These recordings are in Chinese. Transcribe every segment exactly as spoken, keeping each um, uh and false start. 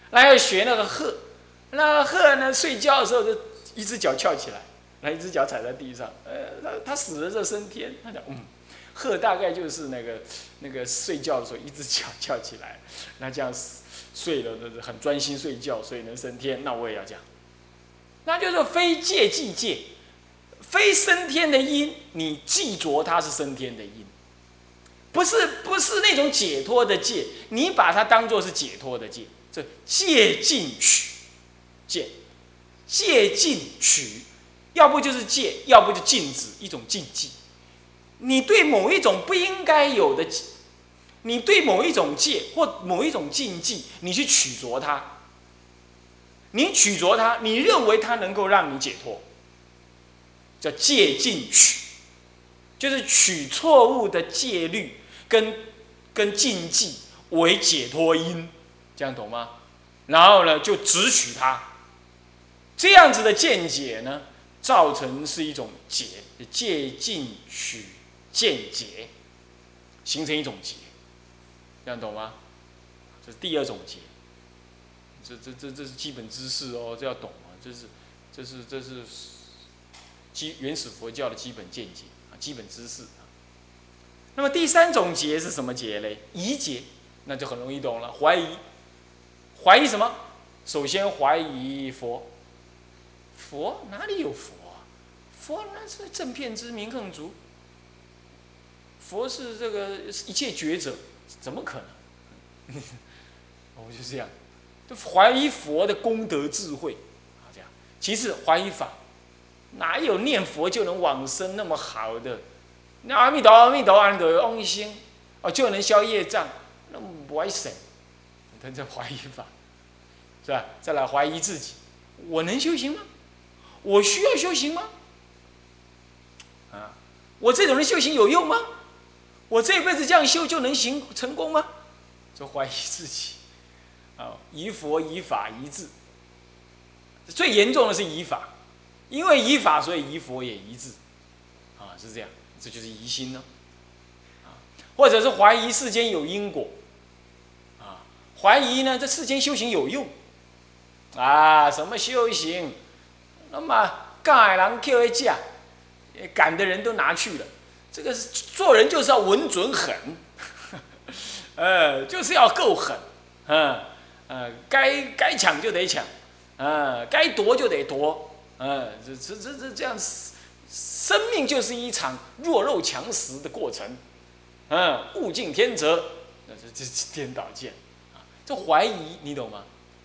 然后学那个鹤，那个鹤呢睡觉的时候就一只脚翘起来，然后一只脚踩在地上，呃，他他死了这升天，他讲嗯，鹤大概就是那个那个睡觉的时候一只脚翘起来，那这样睡了很专心睡觉，所以能升天，那我也要这样。那就是非戒即戒，非升天的因，你记着它是升天的因，不是不是那种解脱的戒，你把它当作是解脱的戒，这戒禁取，戒戒禁取，要不就是戒，要不就禁止，一种禁忌。你对某一种不应该有的，你对某一种戒或某一种禁忌，你去取着它。你取着它，你认为它能够让你解脱，叫戒禁取，就是取错误的戒律跟跟禁忌为解脱因，这样懂吗？然后呢，就只取它，这样子的见解呢，造成是一种解，戒禁取见解，形成一种结，这样懂吗？这是第二种结。这这这这是基本知识哦，这要懂啊，这是这是这是基原始佛教的基本见解啊，基本知识啊。那么第三种结是什么结嘞？疑结，那就很容易懂了，怀疑，怀疑什么？首先怀疑佛，佛哪里有佛啊？佛那是正遍知明更足，佛是这个一切觉者，怎么可能？我就这样。就怀疑佛的功德智慧，啊，这样。其次怀疑法，哪有念佛就能往生那么好的？那阿弥陀阿弥陀，阿弥陀嗡一声，哦就能消业障，那不爱神，他在怀疑法，是吧？再来怀疑自己，我能修行吗？我需要修行吗？啊，我这种人修行有用吗？我这辈子这样修就能行成功吗？就怀疑自己。啊，疑佛、疑法、疑智，最严重的是疑法，因为疑法，所以疑佛也疑智，啊，是这样，这就是疑心呢，啊，或者是怀疑世间有因果，啊，怀疑呢这世间修行有用，啊，什么修行，那么干的人捡去假，赶的人都拿去了，这个是做人就是要稳准狠，呃，就是要够狠，嗯。呃，该该抢就得抢，呃，该夺就得夺，呃，这这这这这样，生命就是一场弱肉强食的过程，嗯、呃，物竞天择，那这这是颠倒见，啊，这怀疑你懂吗？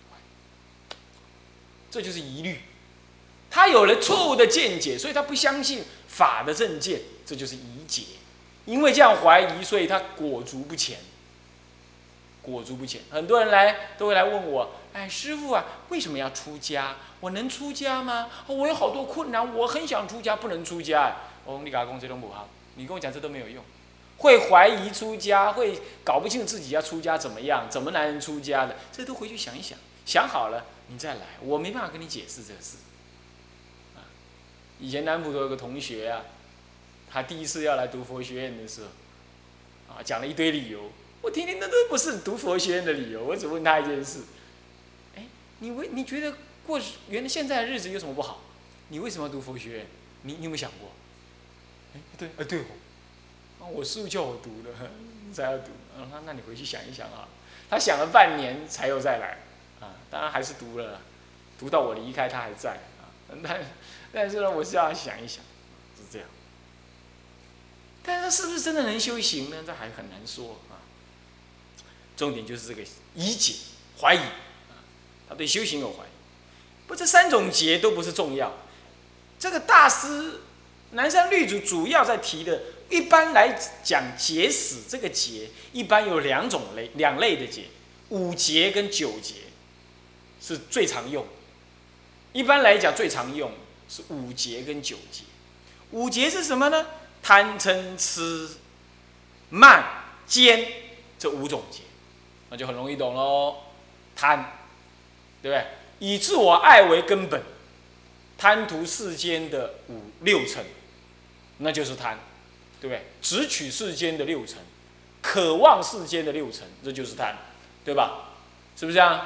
这就是疑虑，他有了错误的见解，所以他不相信法的正见，这就是疑解，因为这样怀疑，所以他裹足不前。裹足不前，很多人来都会来问我，哎，师父啊，为什么要出家？我能出家吗？哦、我有好多困难，我很想出家，不能出家。哎，我说你跟他讲这都不好，你跟我讲这都没有用，会怀疑出家，会搞不清自己要出家怎么样，怎么才能出家的，这都回去想一想，想好了你再来，我没办法跟你解释这个事。啊，以前南浦都有个同学啊，他第一次要来读佛学院的时候，啊，讲了一堆理由。我听听那都不是读佛学院的理由，我只问他一件事：哎，你为你觉得过原来现在的日子有什么不好？你为什么要读佛学院？你你有没有想过？哎，对，哎对哦，啊，我师父叫我读的，才要读。嗯，那那你回去想一想啊。他想了半年才又再来，啊，当然还是读了，读到我离开他还在啊。但但是呢，我是要想一想，是这样。但是他是不是真的能修行呢？这还很难说啊。重点就是这个疑解、怀疑，他对修行有怀疑。不，这三种结都不是重要。这个大师南山律祖主要在提的，一般来讲结死这个结，一般有两种类，两类的结，五结跟九结是最常用。一般来讲最常用是五结跟九结。五结是什么呢？贪嗔痴慢奸这五种结。那就很容易懂喽，贪，对不对？以自我爱为根本，贪图世间的五六尘，那就是贪，对不对？只取世间的六尘，渴望世间的六尘，这就是贪，对吧？是不是这样？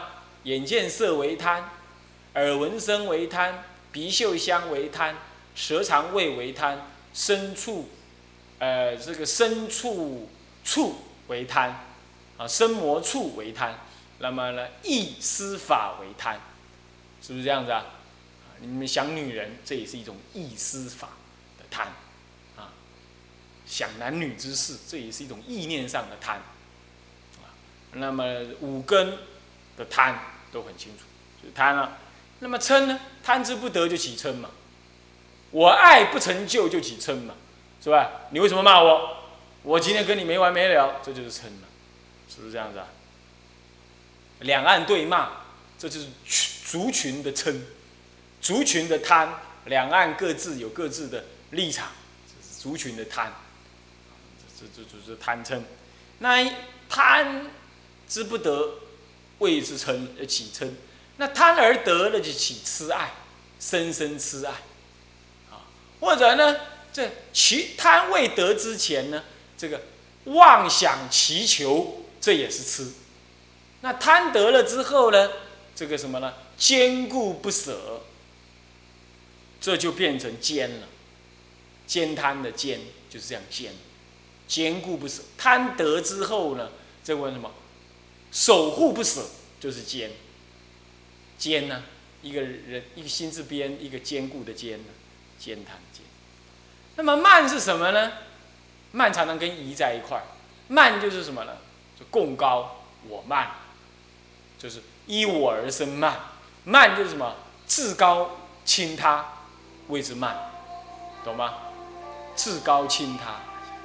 眼见色为贪，耳闻声为贪，鼻嗅香为贪，舌尝味为贪，身触，呃，这个身触触为贪，啊，身摩触为贪，那么呢，意思法为贪，是不是这样子啊？你们想女人，这也是一种意思法的贪，啊，想男女之事，这也是一种意念上的贪，啊，那么五根的贪都很清楚，就是贪了。那么嗔呢？贪之不得就起嗔嘛，我爱不成就就起嗔嘛，是吧？你为什么骂我？我今天跟你没完没了，这就是嗔嘛，是不是这样子啊？两岸对骂，这就是族群的嗔，族群的贪，两岸各自有各自的立场，这是族群的贪，这这这就是贪嗔。那贪之不得，谓之嗔而起嗔。那贪而得了就起痴爱，深深痴爱，啊，或者呢，这其贪未得之前呢，这个妄想祈求，这也是痴。那贪得了之后呢，这个什么呢？坚固不舍，这就变成坚了。坚贪的坚就是这样坚，坚固不舍。贪得之后呢，这个什么？守护不舍就是坚。坚呢、啊，一个人一个心字边，一个坚固的坚呢，坚贪坚。那么慢是什么呢？慢常常跟疑在一块儿，慢就是什么呢？就共高我慢，就是依我而生慢。慢就是什么？至高轻他，谓之慢，懂吗？至高轻他，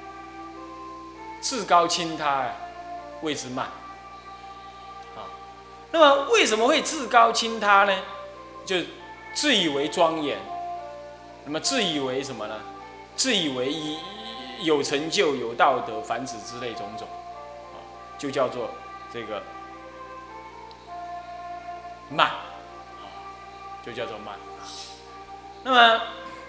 至高轻他呀，谓之慢。那么为什么会至高轻他呢？就自以为庄严，那么自以为什么呢？自以为有成就、有道德，凡此之类种种，啊，就叫做这个慢，啊，就叫做慢。那么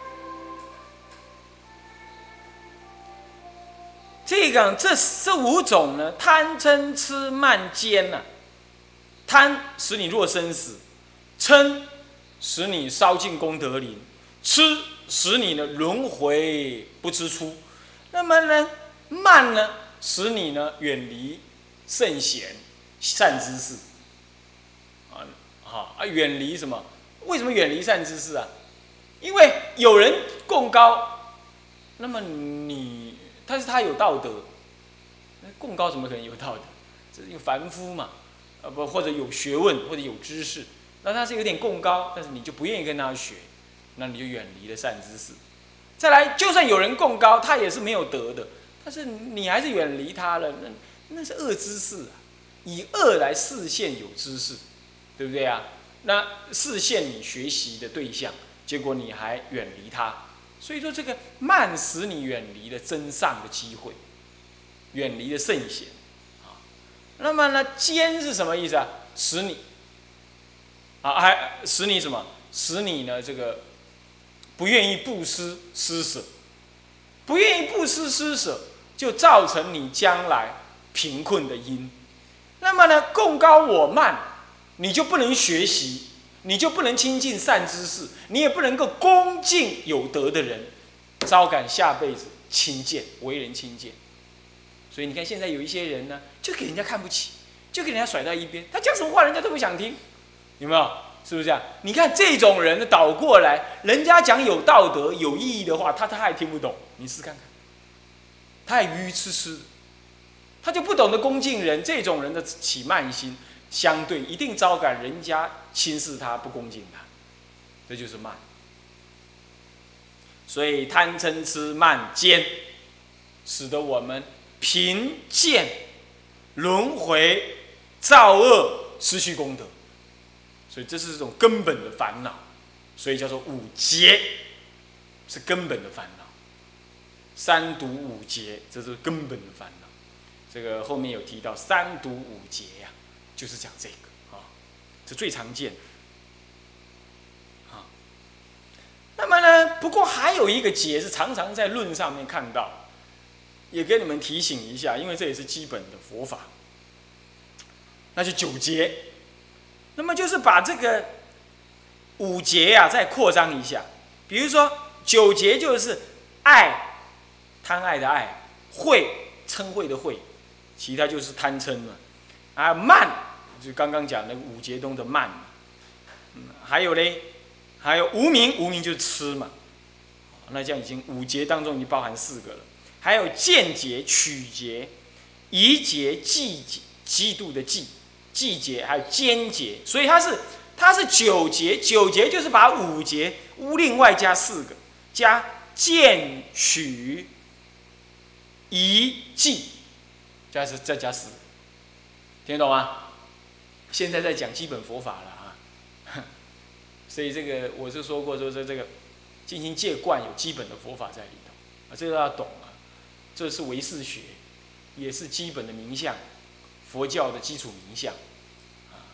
这个这这五种呢，贪嗔痴慢坚呢、啊。贪使你落生死，嗔使你烧尽功德林，痴使你呢轮回不知出。那么呢，慢呢使你呢远离圣贤善知识。啊，好啊，远离什么？为什么远离善知识啊？因为有人共高，那么你，但是他有道德，共高怎么可能有道德？这是一个凡夫嘛。呃不，或者有学问，或者有知识，那他是有点共高，但是你就不愿意跟他学，那你就远离了善知识。再来，就算有人共高，他也是没有德的，但是你还是远离他了，那那是恶知识啊，以恶来示现有知识，对不对啊？那示现你学习的对象，结果你还远离他，所以说这个慢使你远离了真上的机会，远离了圣贤。那么呢，坚是什么意思啊？使你啊，还使你什么？使你呢这个不愿意布施施舍，不愿意布施施舍，就造成你将来贫困的因。那么呢，共高我慢，你就不能学习，你就不能亲近善知识，你也不能够恭敬有德的人，招感下辈子轻贱，为人轻贱。所以你看，现在有一些人呢，就给人家看不起，就给人家甩到一边，他讲什么话人家都不想听，有没有？是不是这样？你看这种人倒过来，人家讲有道德、有意义的话，他他还听不懂，你试看看，他还愚愚痴痴的，他就不懂得恭敬人。这种人的起慢心，相对一定招感人家轻视他、不恭敬他，这就是慢。所以贪嗔痴慢坚，使得我们贫贱、轮回、造恶、失去功德，所以这是这种根本的烦恼，所以叫做五劫，是根本的烦恼。三毒五劫，这是根本的烦恼。这个后面有提到三毒五劫呀、啊，就是讲这个啊，是最常见的。啊，那么呢，不过还有一个劫是常常在论上面看到。也给你们提醒一下，因为这也是基本的佛法，那就九劫。 那么就是把这个五劫呀、啊、再扩张一下，比如说九劫就是爱，贪爱的爱，恚，嗔恚的恚，其他就是贪嗔嘛。啊，慢就刚刚讲那个五劫中的慢，嗯，还有嘞，还有无明，无明就是痴嘛。那这样已经五劫当中已经包含四个了。还有见劫、取劫、疑劫、忌劫、嫉妒的忌、忌劫，还有奸劫，所以它是它是九劫，九劫就是把五劫另外加四个，加见、取、疑、忌，加是再加四个，听得懂吗？现在在讲基本佛法了啊，所以这个我是说过，说说这个进行戒观有基本的佛法在里头啊，这个要懂啊，这是唯识学，也是基本的名相，佛教的基础名相啊。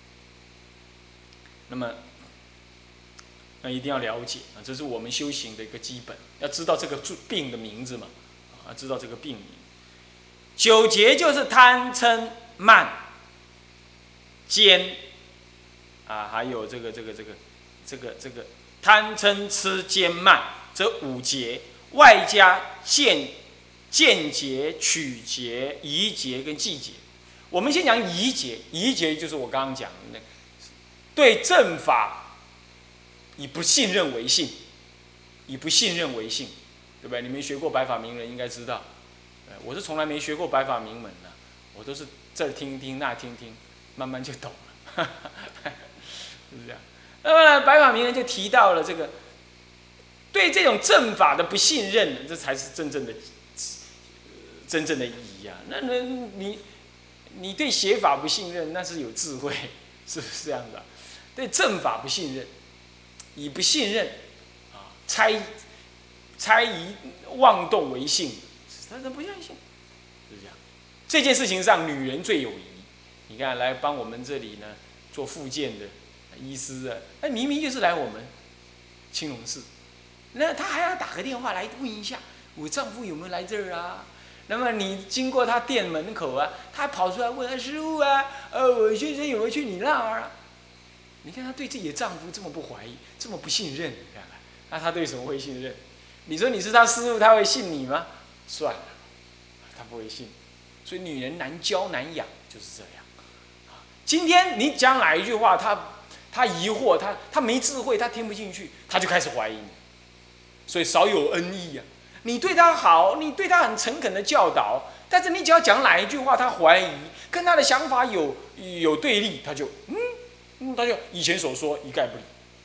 那么，那一定要了解啊，这是我们修行的一个基本，要知道这个病的名字嘛，啊，知道这个病名。九劫就是贪嗔慢奸啊，还有这个这个这个这个这个贪嗔痴奸慢这五劫，外加见见劫、取劫、疑劫跟忌劫。我们先讲疑劫，疑劫就是我刚刚讲的那个，对正法以不信任为信，以不信任为信，对不对？你们学过白法明人应该知道，我是从来没学过白法明门的，我都是这听听那听听，慢慢就懂了，是不是这样？那么白法明人就提到了这个，对这种正法的不信任，这才是真正的真正的疑啊。那那你你对邪法不信任，那是有智慧，是不是这样子啊？对正法不信任，以不信任啊猜猜疑妄动为信，他他不相信，是这样。这件事情上，女人最有疑。你看，来帮我们这里呢做复健的医师啊，那明明就是来我们青龙寺，那他还要打个电话来问一下我丈夫有没有来这儿啊？那么你经过他店门口啊，他跑出来问啊师父啊，呃，我先生有没有去你那儿啊？你看他对自己的丈夫这么不怀疑，这么不信任，你看看，那他对什么会信任？你说你是他师父，他会信你吗？算了，他不会信。所以女人难教难养就是这样。今天你讲哪一句话，他他疑惑，他他没智慧，他听不进去，他就开始怀疑你。所以少有恩义啊！你对他好，你对他很诚恳的教导，但是你只要讲哪一句话，他怀疑，跟他的想法有有对立，他就嗯嗯，他就以前所说一概不理，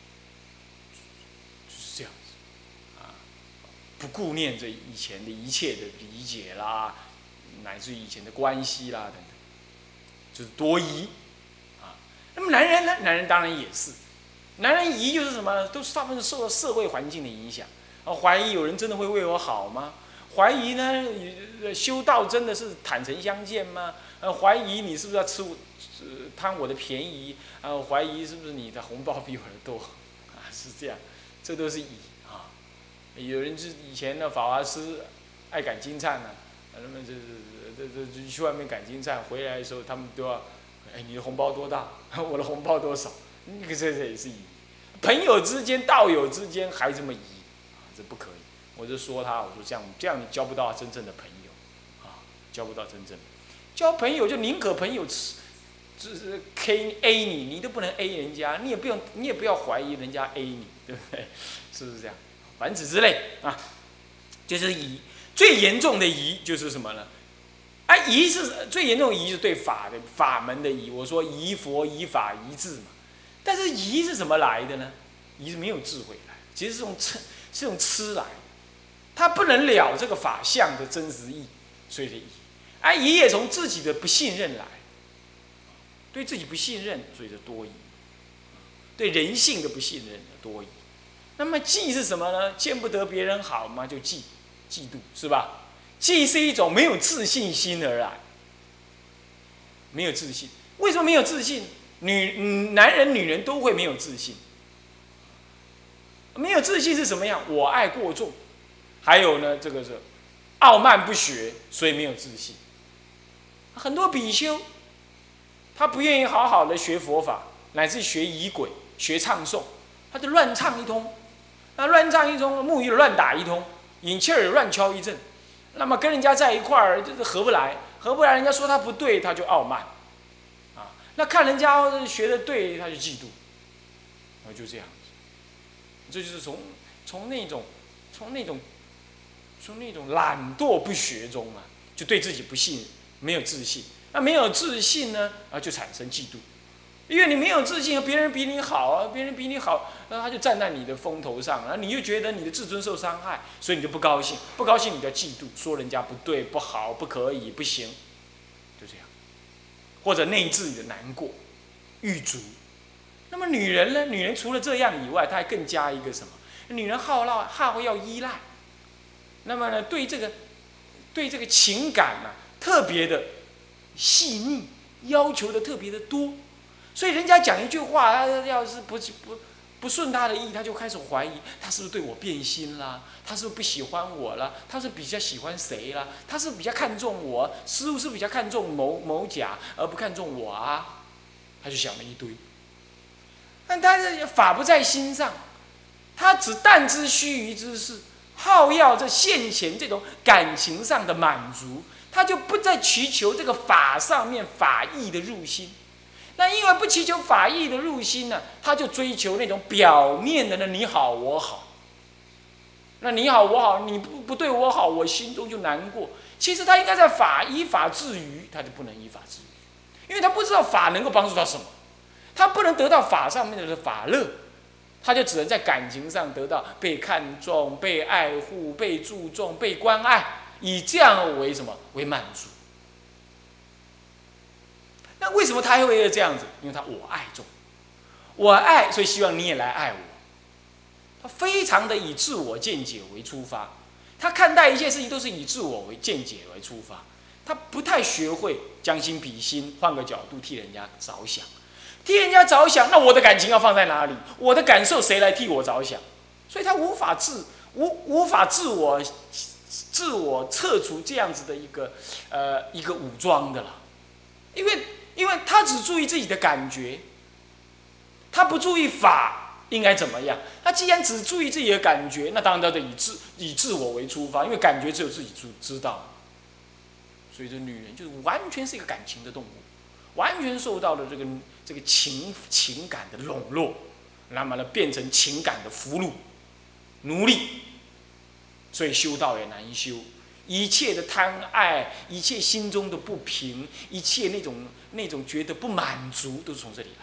就是这样子啊，不顾念这以前的一切的理解啦，乃至于以前的关系啦等等，就是多疑啊。那么男人呢？男人当然也是，男人疑就是什么？都是大部分受到社会环境的影响。怀疑有人真的会为我好吗？怀疑呢，修道真的是坦诚相见吗？呃，怀疑你是不是要吃我、呃、贪我的便宜？呃，怀疑是不是你的红包比我的多？啊，是这样，这都是疑啊。有人是以前的法华师爱赶金忏呢，那么这这这这去外面赶金忏，回来的时候他们都要，哎，你的红包多大？我的红包多少？那个这这也是疑。朋友之间、道友之间还这么疑。这不可以，我就说他，我说这样这样你交不到真正的朋友，啊，交不到真正，交朋友就宁可朋友吃，就是 K A 你，你都不能 A 人家，你也不用你也不要怀疑人家 A 你，对不对？是不是这样？凡此之类啊，就是疑，最严重的疑就是什么呢？啊，疑是最严重的疑是对法的法门的疑，我说疑佛疑法疑智嘛，但是疑是怎么来的呢？疑是没有智慧来，其实是用嗔。是用痴来，他不能了这个法相的真实意，所以是疑。而疑也从自己的不信任来，对自己不信任，所以是多疑。对人性的不信任多疑。那么忌是什么呢？见不得别人好嘛，就忌，嫉妒是吧？忌是一种没有自信心而来，没有自信。为什么没有自信？女男人、女人都会没有自信。没有自信是什么样？我爱过重，还有呢，这个是傲慢不学，所以没有自信。很多比丘，他不愿意好好的学佛法， 乃至学仪轨、学唱诵，他就乱唱一通，那乱唱一通，木鱼乱打一通，引磬儿乱敲一阵，那么跟人家在一块儿就是合不来，合不来，人家说他不对，他就傲慢，啊，那看人家学的对，他就嫉妒，然后就这样子，这就是从从那种从那种从那种懒惰不学中啊，就对自己不信，没有自信。那没有自信呢，啊，就产生嫉妒，因为你没有自信，别人比你好啊，别人比你好，那他就站在你的风头上，然后你又觉得你的自尊受伤害，所以你就不高兴，不高兴你就嫉妒，说人家不对、不好、不可以、不行，就这样，或者内自己的难过、郁卒。那么女人呢？女人除了这样以外，她还更加一个什么？女人好赖好要依赖，那么呢，对这个对这个情感啊，特别的细腻，要求的特别的多，所以人家讲一句话，他要是不不不顺他的意，他就开始怀疑，他是不是对我变心啦？他是不是不喜欢我啦？他是比较喜欢谁啦？他是比较看重我，是不是比较看重某某甲，而不看重我啊？他就想了一堆，但他法不在心上，他只但知须臾之事，好要这现前这种感情上的满足。他就不再祈求这个法上面法义的入心，那因为不祈求法义的入心呢，他就追求那种表面的那你好我好，那你好我好，你不不对我好，我心中就难过。其实他应该在法依法治于，他就不能依法治于，因为他不知道法能够帮助他什么，他不能得到法上面的法乐，他就只能在感情上得到被看重、被爱护、被注重、被关爱。以这样为什么为满足？那为什么他会这样子？因为他我爱重，我爱，所以希望你也来爱我。他非常的以自我见解为出发，他看待一切事情都是以自我为见解为出发，他不太学会将心比心，换个角度替人家着想，替人家着想，那我的感情要放在哪里？我的感受谁来替我着想？所以他无法自无无法自我。自我撤除这样子的一个呃一个武装的了，因为因为他只注意自己的感觉，他不注意法应该怎么样。他既然只注意自己的感觉，那当然他得以自以自我为出发，因为感觉只有自己知道。所以这女人就是完全是一个感情的动物，完全受到了这个这个情情感的笼络，那么呢变成情感的俘虏、奴隶。所以修道也难修，一切的贪爱，一切心中的不平，一切那种那种觉得不满足，都是从这里来。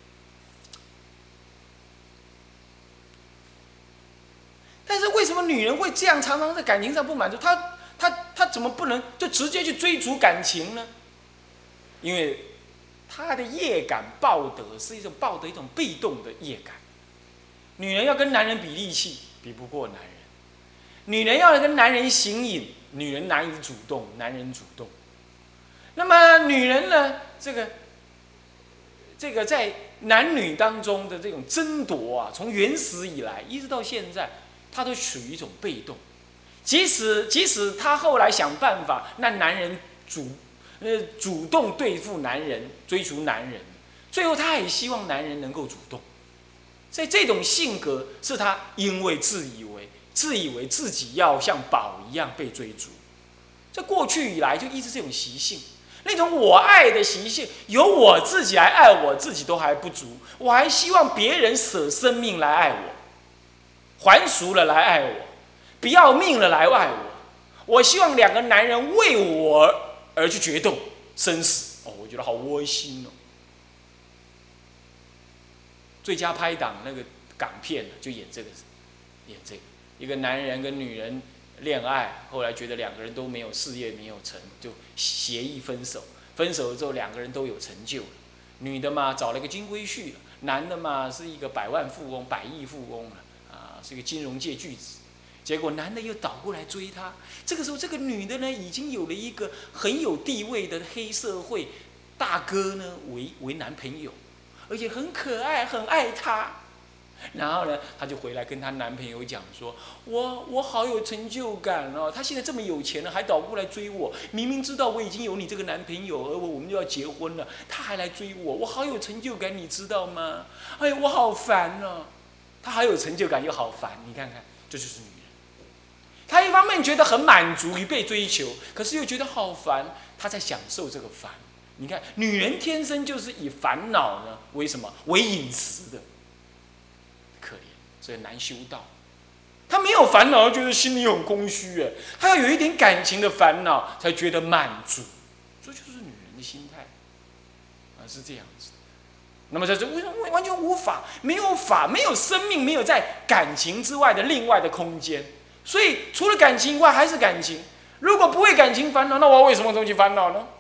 但是为什么女人会这样，常常在感情上不满足？她她她怎么不能就直接去追逐感情呢？因为她的业感报德是一种报德一种被动的业感。女人要跟男人比力气，比不过男人。女人要跟男人行淫，女人难以主动，男人主动。那么女人呢？这个这个在男女当中的这种争夺啊，从原始以来一直到现在，她都处于一种被动。即使即使她后来想办法，让男人主呃主动对付男人，追逐男人，最后她也希望男人能够主动。所以这种性格是她因为自以为。自以为自己要像宝一样被追逐，这过去以来就一直这种习性，那种我爱的习性，由我自己来爱我自己都还不足，我还希望别人舍生命来爱我，还俗了来爱我，不要命了来爱我，我希望两个男人为我而去决斗生死。哦，我觉得好窝心哦。最佳拍档那个港片就演这个，演这个。一个男人跟女人恋爱，后来觉得两个人都没有事业没有成，就协议分手。分手之后，两个人都有成就了。女的嘛，找了一个金龟婿了；男的嘛，是一个百万富翁、百亿富翁了，啊，是一个金融界巨子。结果男的又倒过来追她。这个时候，这个女的呢，已经有了一个很有地位的黑社会大哥呢为为男朋友，而且很可爱，很爱她。 然后呢，她就回来跟她男朋友讲说：“我我好有成就感哦，他现在这么有钱了，还倒过来追我。明明知道我已经有你这个男朋友，而我我们就要结婚了，他还来追我，我好有成就感，你知道吗？哎呀，我好烦哦。他好有成就感又好烦，你看看，这就是女人。她一方面觉得很满足于被追求，可是又觉得好烦，她在享受这个烦。你看，女人天生就是以烦恼呢为什么为饮食的。”可怜，所以难修道。他没有烦恼，觉得心里很空虚哎，他要有一点感情的烦恼，才觉得满足。这就是女人的心态，啊，是这样子。那么在这完完全无法，没有法，没有生命，没有在感情之外的另外的空间。所以除了感情以外，还是感情。如果不会感情烦恼，那我为什么东西烦恼呢？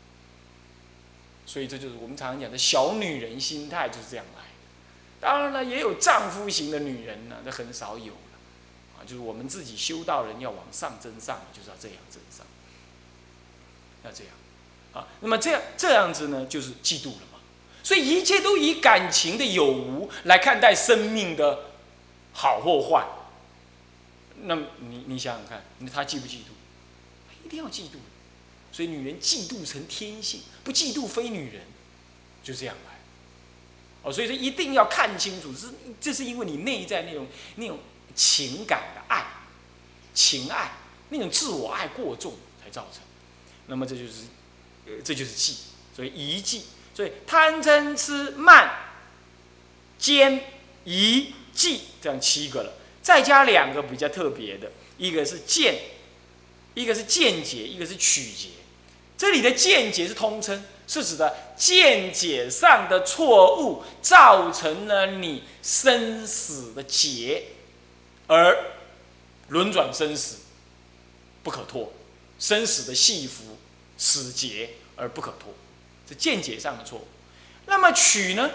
所以这就是我们常常讲的小女人心态，就是这样来。当然了，也有丈夫型的女人呢，那很少有了，啊，就是我们自己修道人要往上增上，就是要这样增上，要这样，啊，那么这样这样子呢，就是嫉妒了嘛。所以一切都以感情的有无来看待生命的好或坏。那么你你想想看，他嫉不嫉妒？他一定要嫉妒。所以女人嫉妒成天性，不嫉妒非女人，就这样来。哦，所以说一定要看清楚，是这是因为你内在那种那种情感的爱、情爱那种自我爱过重才造成。那么这就是，呃，这就是忌，所以疑忌，所以贪嗔痴慢、奸、疑、忌这样七个了，再加两个比较特别的，一个是见，一个是见解，一个是取解。这里的见解是通称。是指的见解上的错误，造成了你生死的劫，而轮转生死不可脱，生死的系缚死劫而不可脱，是见解上的错误。那么取呢？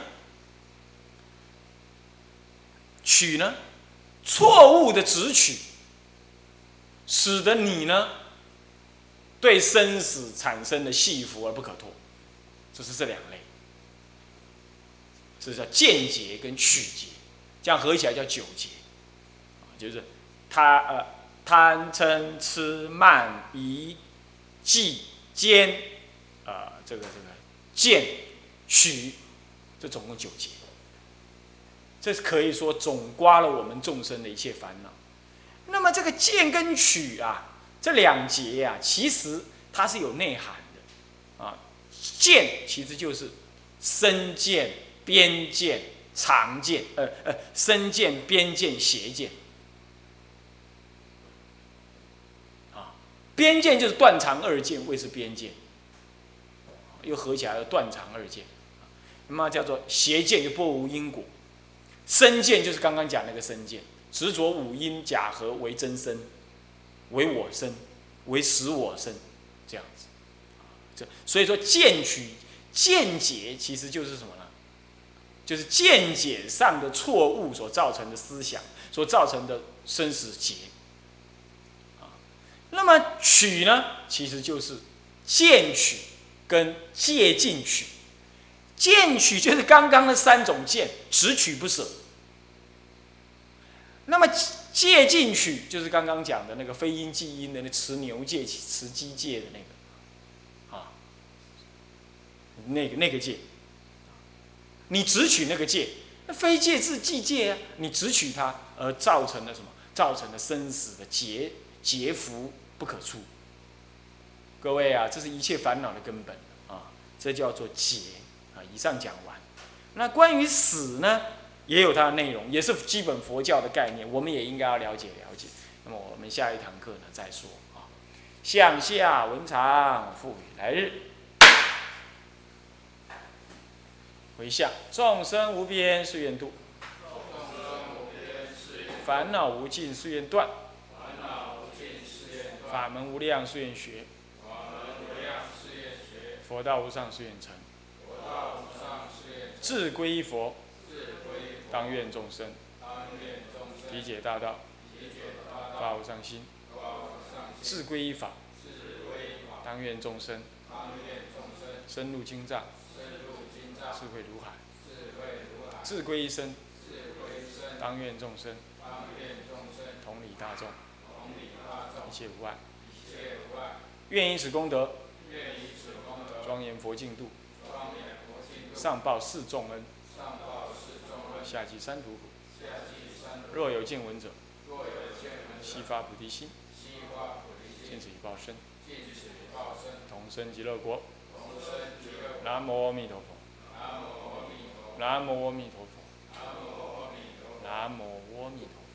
取呢？错误的执取，使得你呢对生死产生的系缚而不可脱。就是这两类，这叫见解跟取解，这样合起来叫九劫，就是他呃贪嗔痴慢疑忌奸，呃这个这个见取，这总共九劫。这可以说总刮了我们众生的一切烦恼。那么这个见跟取啊，这两劫啊，其实它是有内涵的啊。见其实就是身见、边见、常见，呃呃，身见、边见、邪见。啊，边见就是断常二见，谓之边见，又合起来了断常二见。那么叫做邪见，就不无因果。身见就是刚刚讲那个身见，执着五阴假合为真身，为我身，为实我身，这样子。所以说见取见解其实就是什么呢？就是见解上的错误所造成的思想，所造成的生死劫。啊，那么取呢，其实就是见取跟戒禁取。见取就是刚刚的三种见，只取不舍。那么戒禁取就是刚刚讲的那个非阴即阴的那持牛戒、持鸡戒的那个。那个那个戒，你只取那个戒，那非戒自即戒啊！你只取它，而造成了什么？造成了生死的劫劫缚不可出。各位啊，这是一切烦恼的根本啊！这叫做劫啊！以上讲完，那关于死呢，也有它的内容，也是基本佛教的概念，我们也应该要了解了解。那么我们下一堂课呢再说啊。向下文长，复以来日。回向众生无边誓愿度，烦恼无尽誓愿断，法门无量誓愿学，佛道无上誓愿成。志归一佛，当愿众生理解大道，发无上心；志归一法，当愿众生深入经藏，智慧如海；志归一生， 当愿众生同理大众，一切无碍。愿以此功德，庄严佛净土，上报四众恩，下济三途苦。若有见闻者，悉发菩提心，尽此一报身，同生极乐国。南无阿弥陀佛。南无阿弥陀佛。南无阿弥陀佛。